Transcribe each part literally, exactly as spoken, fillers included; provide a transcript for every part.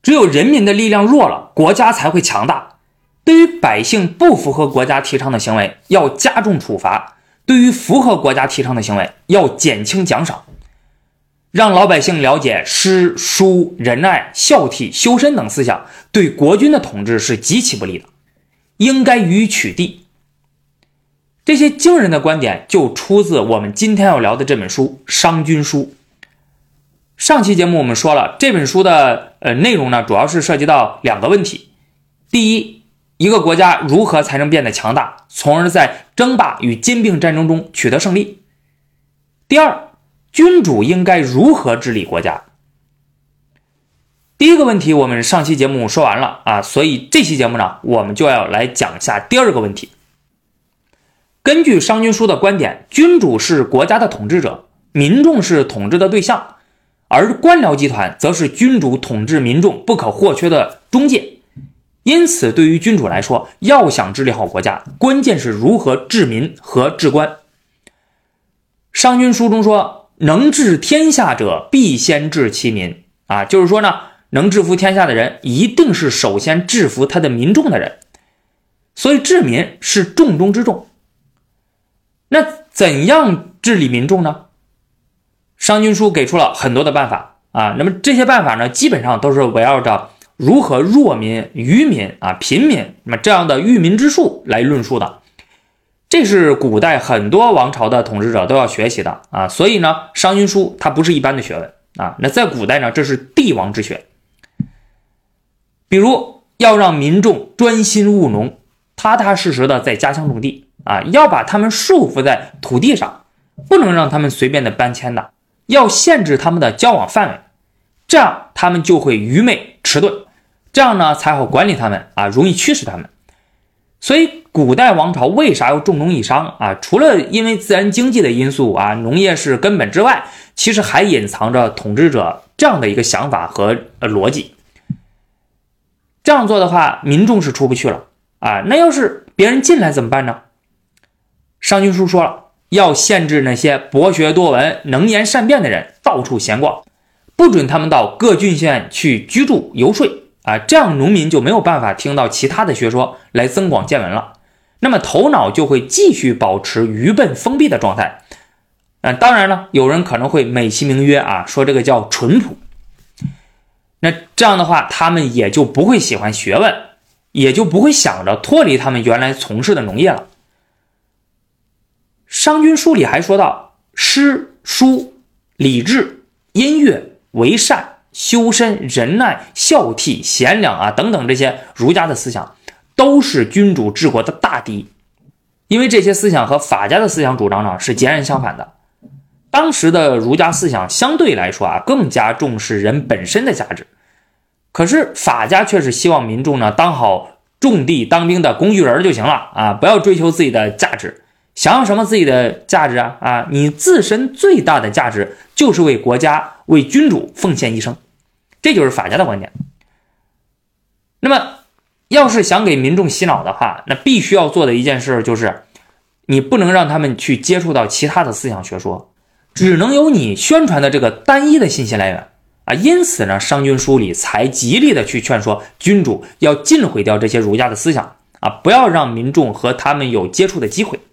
只有人民的力量弱了，国家才会强大。对于百姓不符合国家提倡的行为，要加重处罚；对于符合国家提倡的行为，要减轻奖赏。让老百姓了解诗、书、仁爱、孝悌、修身等思想，对国君的统治是极其不利的，应该予以取缔。这些惊人的观点就出自我们今天要聊的这本书《商君书》。上期节目我们说了，这本书的呃内容呢，主要是涉及到两个问题。第一，一个国家如何才能变得强大，从而在争霸与兼并战争中取得胜利。第二，君主应该如何治理国家。第一个问题我们上期节目说完了啊，所以这期节目呢，我们就要来讲一下第二个问题。根据商君书的观点，君主是国家的统治者，民众是统治的对象，而官僚集团则是君主统治民众不可或缺的中介。因此对于君主来说，要想治理好国家，关键是如何治民和治官。商君书中说，能治天下者必先治其民啊，就是说呢，能制服天下的人一定是首先制服他的民众的人，所以治民是重中之重。那怎样治理民众呢？商君书给出了很多的办法啊，那么这些办法呢，基本上都是围绕着如何弱民、愚民啊、贫民那么这样的育民之术来论述的。这是古代很多王朝的统治者都要学习的啊，所以呢，商君书它不是一般的学问啊。那在古代呢，这是帝王之学。比如要让民众专心务农，踏踏实实的在家乡种地啊，要把他们束缚在土地上，不能让他们随便的搬迁的，要限制他们的交往范围，这样他们就会愚昧迟钝，这样呢才好管理他们啊，容易驱使他们。所以古代王朝为啥要重农抑商啊？除了因为自然经济的因素啊，农业是根本之外，其实还隐藏着统治者这样的一个想法和、呃、逻辑。这样做的话，民众是出不去了啊，那要是别人进来怎么办呢？商君书说了，要限制那些博学多闻、能言善辩的人到处闲逛，不准他们到各郡县去居住游说啊，这样农民就没有办法听到其他的学说来增广见闻了，那么头脑就会继续保持愚笨封闭的状态。啊，当然了，有人可能会美其名曰啊，说这个叫淳朴。那这样的话，他们也就不会喜欢学问，也就不会想着脱离他们原来从事的农业了。商君书里还说到，诗、书、礼制、音乐、为善、修身、仁爱、孝悌、贤良啊等等这些儒家的思想，都是君主治国的大敌。因为这些思想和法家的思想主张呢是截然相反的。当时的儒家思想相对来说啊，更加重视人本身的价值，可是法家却是希望民众呢当好种地当兵的工具人就行了啊，不要追求自己的价值。想要什么自己的价值啊？啊，你自身最大的价值就是为国家、为君主奉献一生，这就是法家的观点。那么，要是想给民众洗脑的话，那必须要做的一件事就是，你不能让他们去接触到其他的思想学说，只能有你宣传的这个单一的信息来源啊。因此呢，商君书里才极力的去劝说君主要禁毁掉这些儒家的思想啊，不要让民众和他们有接触的机会。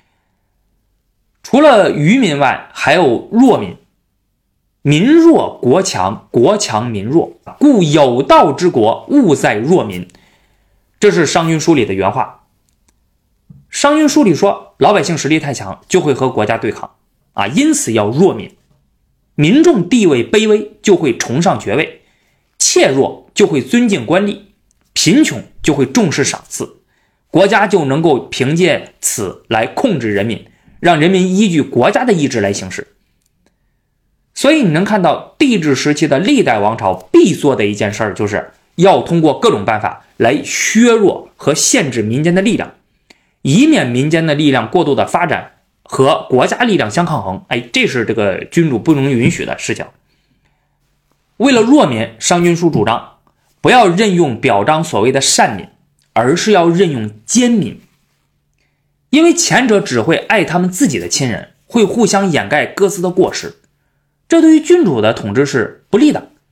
除了愚民外，还有弱民。民弱国强，国强民弱，故有道之国，务在弱民。这是商君书里的原话。商君书里说，老百姓实力太强，就会和国家对抗啊，因此要弱民。民众地位卑微，就会崇尚爵位；怯弱就会尊敬官吏；贫穷就会重视赏赐。国家就能够凭借此来控制人民，让人民依据国家的意志来行事。所以你能看到帝制时期的历代王朝必做的一件事，就是要通过各种办法来削弱和限制民间的力量，以免民间的力量过度的发展和国家力量相抗衡。哎，这是这个君主不能允许的事情。为了弱民，商君书主张不要任用表彰所谓的善民，而是要任用奸民。因为前者只会爱他们自己的亲人，会互相掩盖各自的过失，这对于君主的统治是不利的。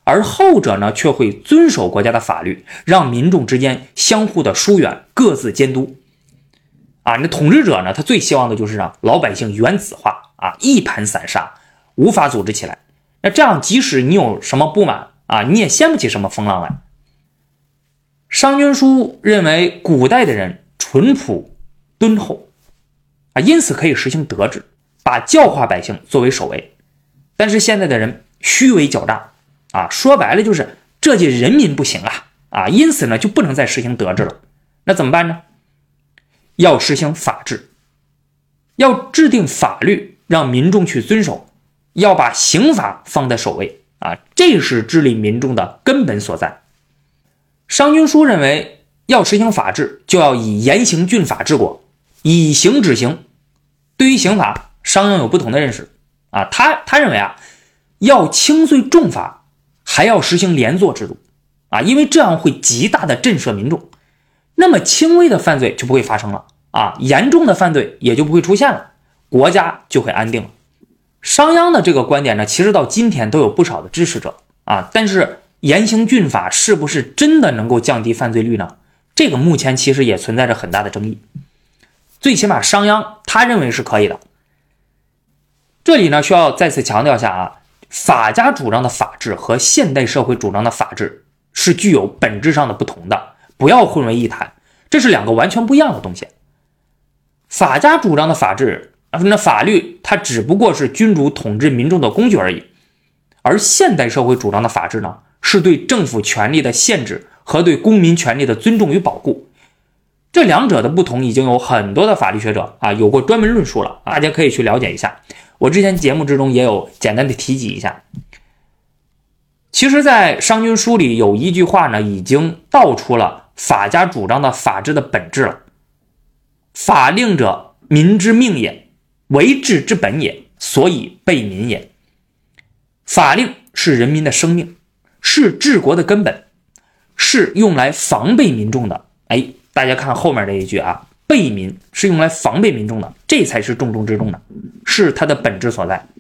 而后者呢却会遵守国家的法律，让民众之间相互的疏远，各自监督。啊，那统治者呢，他最希望的就是让老百姓原子化啊，一盘散沙，无法组织起来。那这样，即使你有什么不满啊，你也掀不起什么风浪来。商君书认为，古代的人淳朴敦厚啊，因此可以实行德治，把教化百姓作为首位。但是现在的人虚伪狡诈啊，说白了就是这届人民不行啊啊，因此呢就不能再实行德治了。那怎么办呢？要实行法治，要制定法律让民众去遵守，要把刑法放在首位啊，这是治理民众的根本所在。商君书认为，要实行法治，就要以严刑峻法治国，以刑止刑。对于刑法，商鞅有不同的认识啊，他他认为啊，要轻罪重罚，还要实行连坐制度啊，因为这样会极大的震慑民众。那么轻微的犯罪就不会发生了啊，严重的犯罪也就不会出现了，国家就会安定了。商鞅的这个观点呢，其实到今天都有不少的支持者啊，但是严刑峻法是不是真的能够降低犯罪率呢？这个目前其实也存在着很大的争议。最起码商鞅他认为是可以的。这里呢需要再次强调一下啊，法家主张的法治和现代社会主张的法治是具有本质上的不同的，不要混为一谈，这是两个完全不一样的东西。法家主张的法治，那法律它只不过是君主统治民众的工具而已，而现代社会主张的法治呢，是对政府权力的限制和对公民权利的尊重与保护。这两者的不同已经有很多的法律学者啊有过专门论述了，大家可以去了解一下。我之前节目之中也有简单的提及一下。其实在商君书里有一句话呢，已经道出了法家主张的法治的本质了。法令者，民之命也，为治之本也，所以备民也。法令是人民的生命，是治国的根本，是用来防备民众的。哎，大家看后面这一句啊，备民是用来防备民众的，这才是重中之重的，是它的本质所在。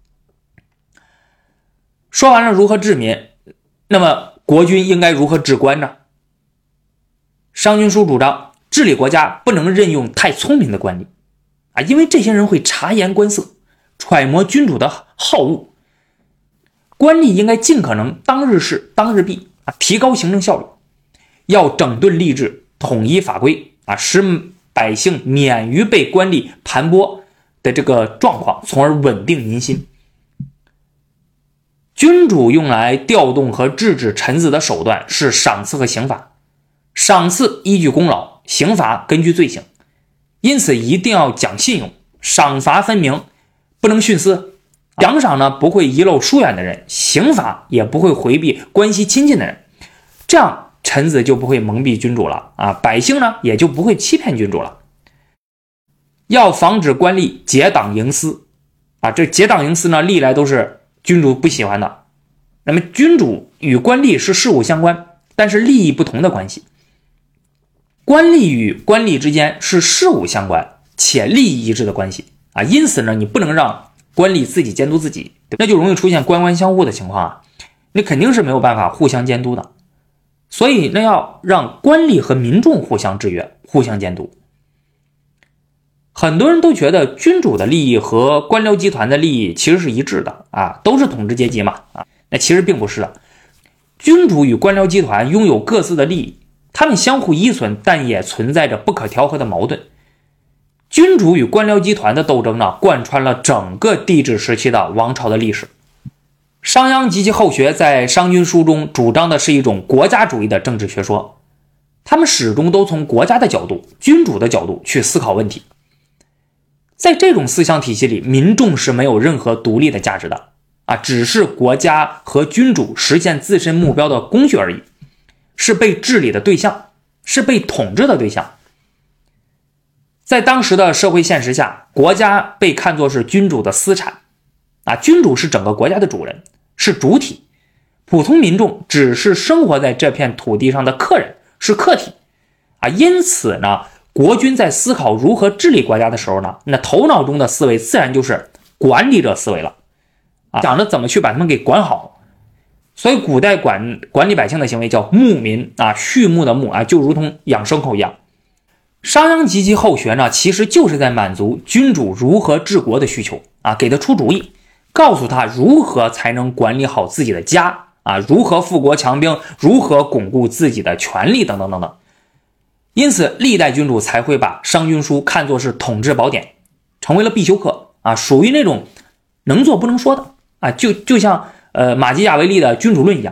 说完了如何治民，那么国君应该如何治官呢？商君书主张治理国家不能任用太聪明的官吏啊，因为这些人会察言观色，揣摩君主的好恶。官吏应该尽可能当日事当日毕啊，提高行政效率。要整顿吏治，统一法规啊，使百姓免于被官吏盘剥的这个状况，从而稳定民心。君主用来调动和制止臣子的手段是赏赐和刑罚，赏赐依据功劳，刑罚根据罪行，因此一定要讲信用，赏罚分明，不能徇私。奖赏呢不会遗漏疏远的人，刑罚也不会回避关系亲近的人，这样臣子就不会蒙蔽君主了啊，百姓呢也就不会欺骗君主了。要防止官吏结党营私啊，这结党营私呢历来都是君主不喜欢的。那么君主与官吏是事务相关，但是利益不同的关系。官吏与官吏之间是事务相关且利益一致的关系啊，因此呢你不能让官吏自己监督自己，那就容易出现官官相护的情况啊，你肯定是没有办法互相监督的。所以那要让官吏和民众互相制约，互相监督。很多人都觉得君主的利益和官僚集团的利益其实是一致的啊，都是统治阶级嘛啊，那其实并不是的。君主与官僚集团拥有各自的利益，他们相互依存，但也存在着不可调和的矛盾。君主与官僚集团的斗争呢，贯穿了整个帝制时期的王朝的历史。商鞅及其后学在商君书中主张的是一种国家主义的政治学说，他们始终都从国家的角度、君主的角度去思考问题。在这种思想体系里，民众是没有任何独立的价值的啊，只是国家和君主实现自身目标的工具而已，是被治理的对象，是被统治的对象。在当时的社会现实下，国家被看作是君主的私产啊，君主是整个国家的主人，是主体，普通民众只是生活在这片土地上的客人，是客体啊。因此呢，国君在思考如何治理国家的时候呢，那头脑中的思维自然就是管理者思维了啊，想着怎么去把他们给管好。 所以古代管管理百姓的行为叫牧民啊，畜牧的牧啊，就如同养牲口一样。商鞅及其后学呢，其实就是在满足君主如何治国的需求啊，给他出主意，告诉他如何才能管理好自己的家啊，如何富国强兵，如何巩固自己的权利等等等等。因此历代君主才会把商君书看作是统治宝典，成为了必修课啊，属于那种能做不能说的啊，就就像呃马基雅维利的君主论一样。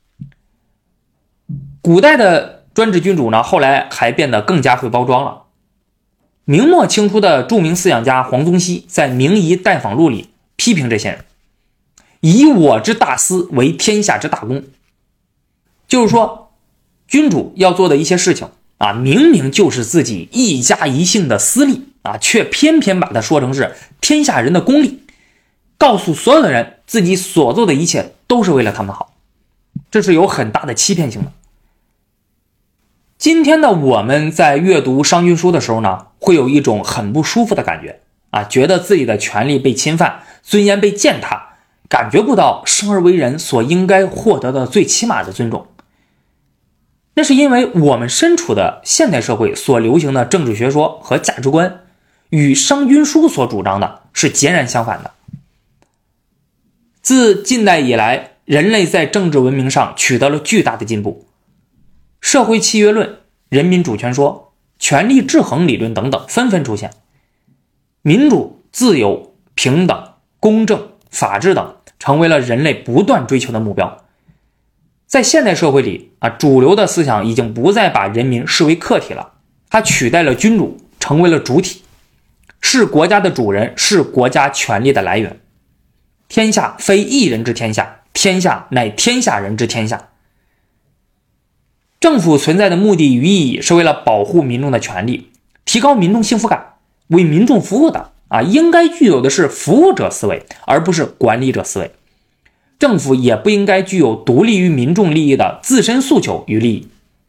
古代的专制君主呢，后来还变得更加会包装了。明末清初的著名思想家黄宗羲在《明夷待访录》里批评这些人，以我之大私为天下之大公。就是说，君主要做的一些事情啊，明明就是自己一家一姓的私利啊，却偏偏把它说成是天下人的公利，告诉所有的人自己所做的一切都是为了他们好，这是有很大的欺骗性的。今天的我们在阅读商君书的时候呢，会有一种很不舒服的感觉啊，觉得自己的权利被侵犯，尊严被践踏，感觉不到生而为人所应该获得的最起码的尊重。那是因为我们身处的现代社会所流行的政治学说和价值观，与商君书所主张的是截然相反的。自近代以来，人类在政治文明上取得了巨大的进步，社会契约论、人民主权说、权力制衡理论等等纷纷出现，民主、自由、平等、公正、法治等成为了人类不断追求的目标。在现代社会里啊，主流的思想已经不再把人民视为客体了，它取代了君主，成为了主体，是国家的主人，是国家权力的来源。天下非一人之天下，天下乃天下人之天下。政府存在的目的与意义是为了保护民众的权利，提高民众幸福感，为民众服务的啊，应该具有的是服务者思维，而不是管理者思维。政府也不应该具有独立于民众利益的自身诉求与利益。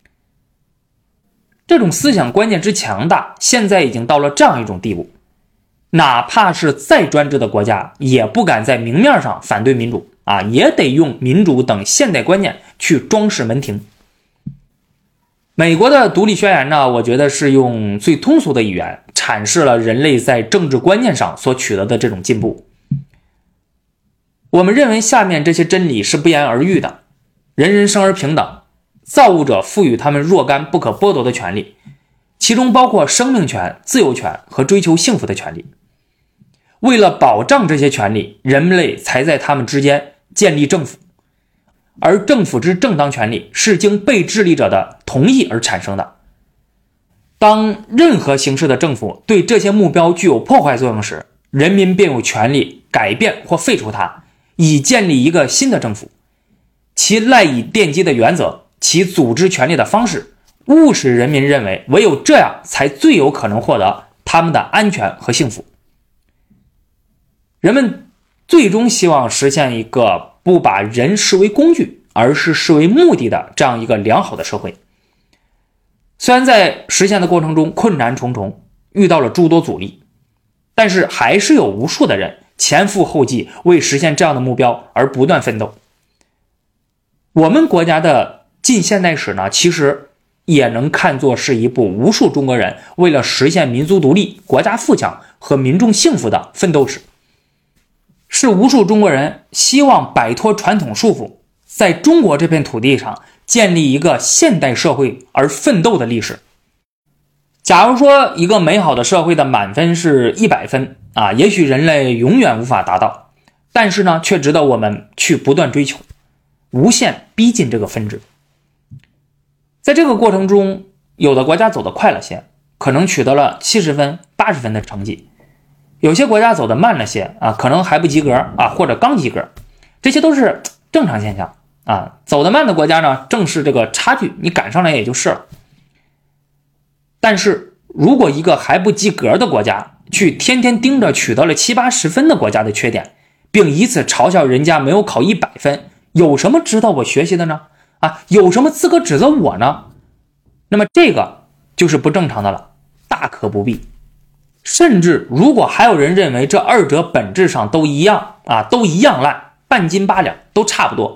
这种思想观念之强大，现在已经到了这样一种地步，哪怕是再专制的国家，也不敢在明面上反对民主啊，也得用民主等现代观念去装饰门庭。美国的独立宣言呢，我觉得是用最通俗的语言阐释了人类在政治观念上所取得的这种进步。我们认为下面这些真理是不言而喻的：人人生而平等，造物者赋予他们若干不可剥夺的权利，其中包括生命权、自由权和追求幸福的权利。为了保障这些权利，人类才在他们之间建立政府，而政府之正当权利是经被治理者的同意而产生的。当任何形式的政府对这些目标具有破坏作用时，人民便有权利改变或废除它，以建立一个新的政府。其赖以奠基的原则，其组织权力的方式，务使人民认为唯有这样才最有可能获得他们的安全和幸福。人们最终希望实现一个不把人视为工具，而是视为目的的这样一个良好的社会。虽然在实现的过程中困难重重，遇到了诸多阻力，但是还是有无数的人前赴后继，为实现这样的目标而不断奋斗。我们国家的近现代史呢，其实也能看作是一部无数中国人为了实现民族独立、国家富强和民众幸福的奋斗史，是无数中国人希望摆脱传统束缚，在中国这片土地上建立一个现代社会而奋斗的历史。假如说一个美好的社会的满分是一百分啊，也许人类永远无法达到，但是呢，却值得我们去不断追求，无限逼近这个分值。在这个过程中，有的国家走得快了些，可能取得了七十分、八十分的成绩；有些国家走得慢了些啊，可能还不及格啊，或者刚及格。这些都是正常现象啊。走得慢的国家呢，正是这个差距，你赶上来也就是了。但是如果一个还不及格的国家去天天盯着取得了七八十分的国家的缺点，并以此嘲笑人家没有考一百分，有什么值得我学习的呢？啊，有什么资格指责我呢？那么这个就是不正常的了，大可不必。甚至如果还有人认为这二者本质上都一样啊，都一样烂，半斤八两，都差不多，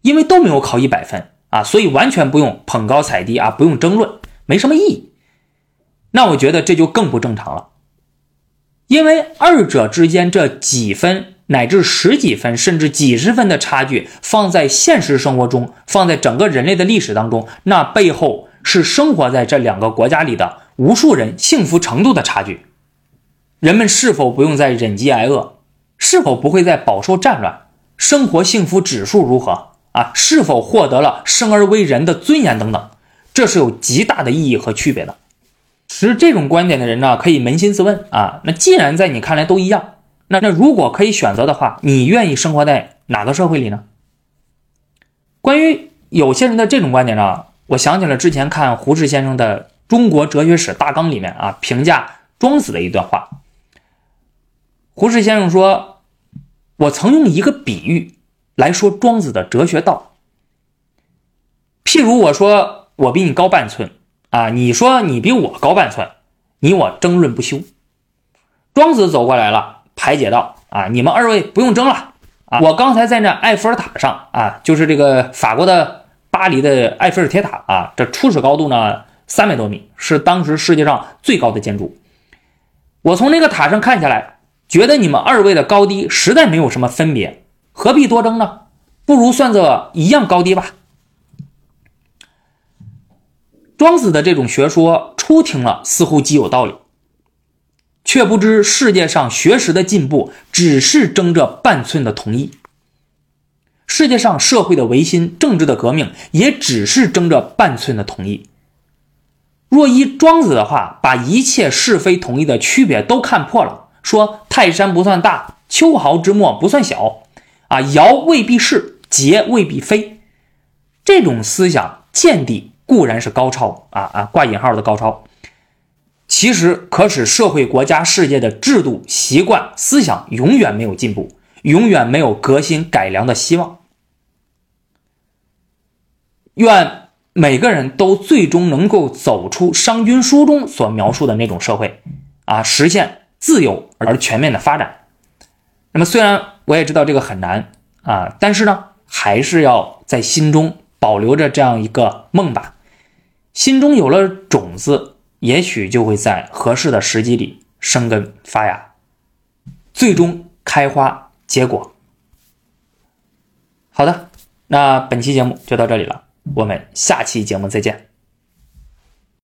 因为都没有考一百分啊，所以完全不用捧高踩低啊，不用争论，没什么意义。那我觉得这就更不正常了，因为二者之间这几分乃至十几分甚至几十分的差距，放在现实生活中，放在整个人类的历史当中，那背后是生活在这两个国家里的无数人幸福程度的差距。人们是否不用再忍饥挨饿，是否不会再饱受战乱，生活幸福指数如何啊？是否获得了生而为人的尊严等等，这是有极大的意义和区别的。持这种观点的人呢，可以扪心自问啊，那既然在你看来都一样，那那如果可以选择的话，你愿意生活在哪个社会里呢？关于有些人的这种观点呢，我想起了之前看胡适先生的《中国哲学史大纲》里面啊，评价庄子的一段话。胡适先生说，我曾用一个比喻来说庄子的哲学道。譬如我说我比你高半寸啊，你说你比我高半寸，你我争论不休。庄子走过来了，排解道啊，你们二位不用争了啊，我刚才在那埃菲尔塔上啊，就是这个法国的巴黎的埃菲尔铁塔啊，这初始高度呢三百多米，是当时世界上最高的建筑。我从那个塔上看下来，觉得你们二位的高低实在没有什么分别，何必多争呢？不如算作一样高低吧。庄子的这种学说初听了似乎极有道理，却不知世界上学识的进步只是争这半寸的同意，世界上社会的维新、政治的革命也只是争这半寸的同意。若依庄子的话，把一切是非同意的区别都看破了，说泰山不算大，秋毫之末不算小啊，尧未必是，桀未必非，这种思想见地固然是高超啊啊，挂引号的高超，其实可使社会、国家、世界的制度、习惯、思想永远没有进步，永远没有革新改良的希望。愿每个人都最终能够走出商君书中所描述的那种社会啊，实现自由而全面的发展。那么虽然我也知道这个很难啊，但是呢，还是要在心中保留着这样一个梦吧。心中有了种子，也许就会在合适的时机里生根发芽，最终开花结果。好的，那本期节目就到这里了，我们下期节目再见。